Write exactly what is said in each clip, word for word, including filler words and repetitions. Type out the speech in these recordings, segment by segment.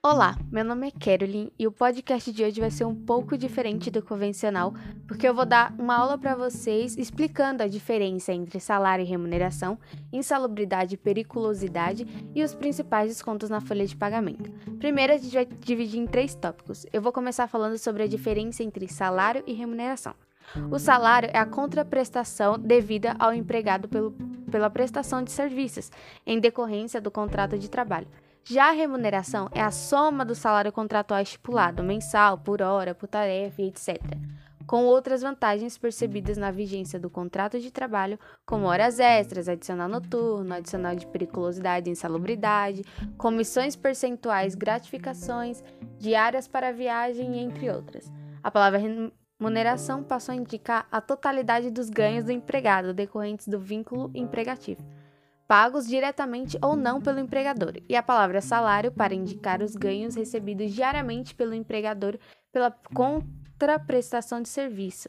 Olá, meu nome é Caroline e o podcast de hoje vai ser um pouco diferente do convencional, porque eu vou dar uma aula para vocês explicando a diferença entre salário e remuneração, insalubridade e periculosidade e os principais descontos na folha de pagamento. Primeiro, a gente vai dividir em três tópicos. Eu vou começar falando sobre a diferença entre salário e remuneração. O salário é a contraprestação devida ao empregado pelo, pela prestação de serviços, em decorrência do contrato de trabalho. Já a remuneração é a soma do salário contratual estipulado, mensal, por hora, por tarefa, etcétera, com outras vantagens percebidas na vigência do contrato de trabalho, como horas extras, adicional noturno, adicional de periculosidade e insalubridade, comissões percentuais, gratificações, diárias para viagem, entre outras. A palavra remuneração passou a indicar a totalidade dos ganhos do empregado decorrentes do vínculo emregativo, pagos diretamente ou não pelo empregador, e a palavra salário para indicar os ganhos recebidos diariamente pelo empregador pela contraprestação de serviço.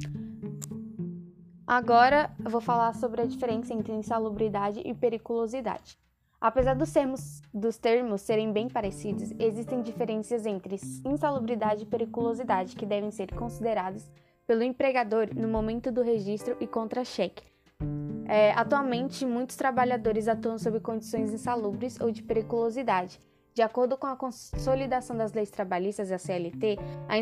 Agora eu vou falar sobre a diferença entre insalubridade e periculosidade. Apesar dos termos, dos termos serem bem parecidos, existem diferenças entre insalubridade e periculosidade que devem ser consideradas pelo empregador no momento do registro e contra-cheque. É, atualmente, muitos trabalhadores atuam sob condições insalubres ou de periculosidade. De acordo com a consolidação das leis trabalhistas e a C L T,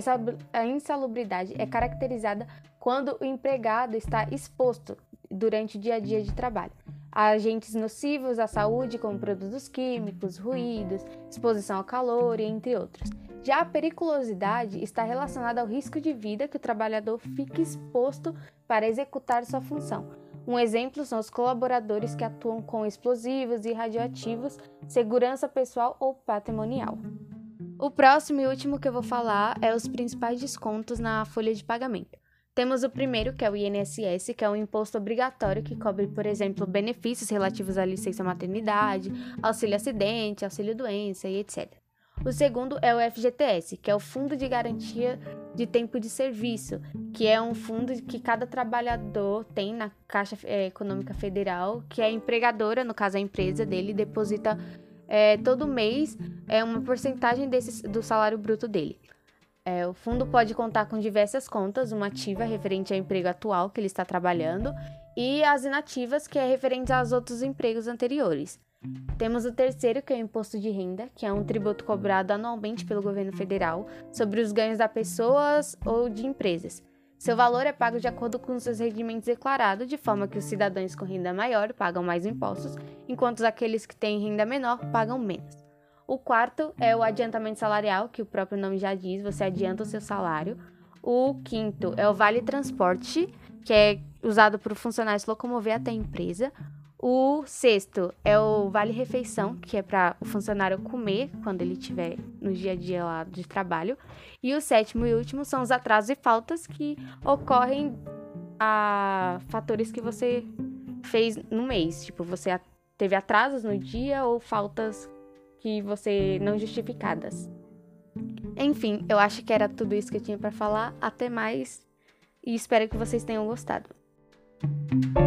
a insalubridade é caracterizada quando o empregado está exposto durante o dia a dia de trabalho a agentes nocivos à saúde, como produtos químicos, ruídos, exposição ao calor, entre outros. Já a periculosidade está relacionada ao risco de vida que o trabalhador fica exposto para executar sua função. Um exemplo são os colaboradores que atuam com explosivos e radioativos, segurança pessoal ou patrimonial. O próximo e último que eu vou falar é os principais descontos na folha de pagamento. Temos o primeiro, que é o I N S S, que é um imposto obrigatório que cobre, por exemplo, benefícios relativos à licença maternidade, auxílio acidente, auxílio doença e etcétera. O segundo é o F G T S, que é o Fundo de Garantia de Tempo de Serviço, que é um fundo que cada trabalhador tem na Caixa Econômica Federal, que a empregadora, no caso a empresa dele, deposita é, todo mês é, uma porcentagem desse, do salário bruto dele. É, o fundo pode contar com diversas contas, uma ativa referente ao emprego atual que ele está trabalhando e as inativas, que é referente aos outros empregos anteriores. Temos o terceiro, que é o imposto de renda, que é um tributo cobrado anualmente pelo governo federal sobre os ganhos das pessoas ou de empresas. Seu valor é pago de acordo com os seus rendimentos declarados, de forma que os cidadãos com renda maior pagam mais impostos, enquanto aqueles que têm renda menor pagam menos. O quarto é o adiantamento salarial, que o próprio nome já diz, você adianta o seu salário. O quinto é o vale transporte, que é usado para o funcionário se locomover até a empresa. O sexto é o vale-refeição, que é para o funcionário comer quando ele estiver no dia a dia lá de trabalho. E o sétimo e último são os atrasos e faltas, que ocorrem a fatores que você fez no mês. Tipo, você teve atrasos no dia ou faltas que você não justificadas. Enfim, eu acho que era tudo isso que eu tinha para falar. Até mais e espero que vocês tenham gostado.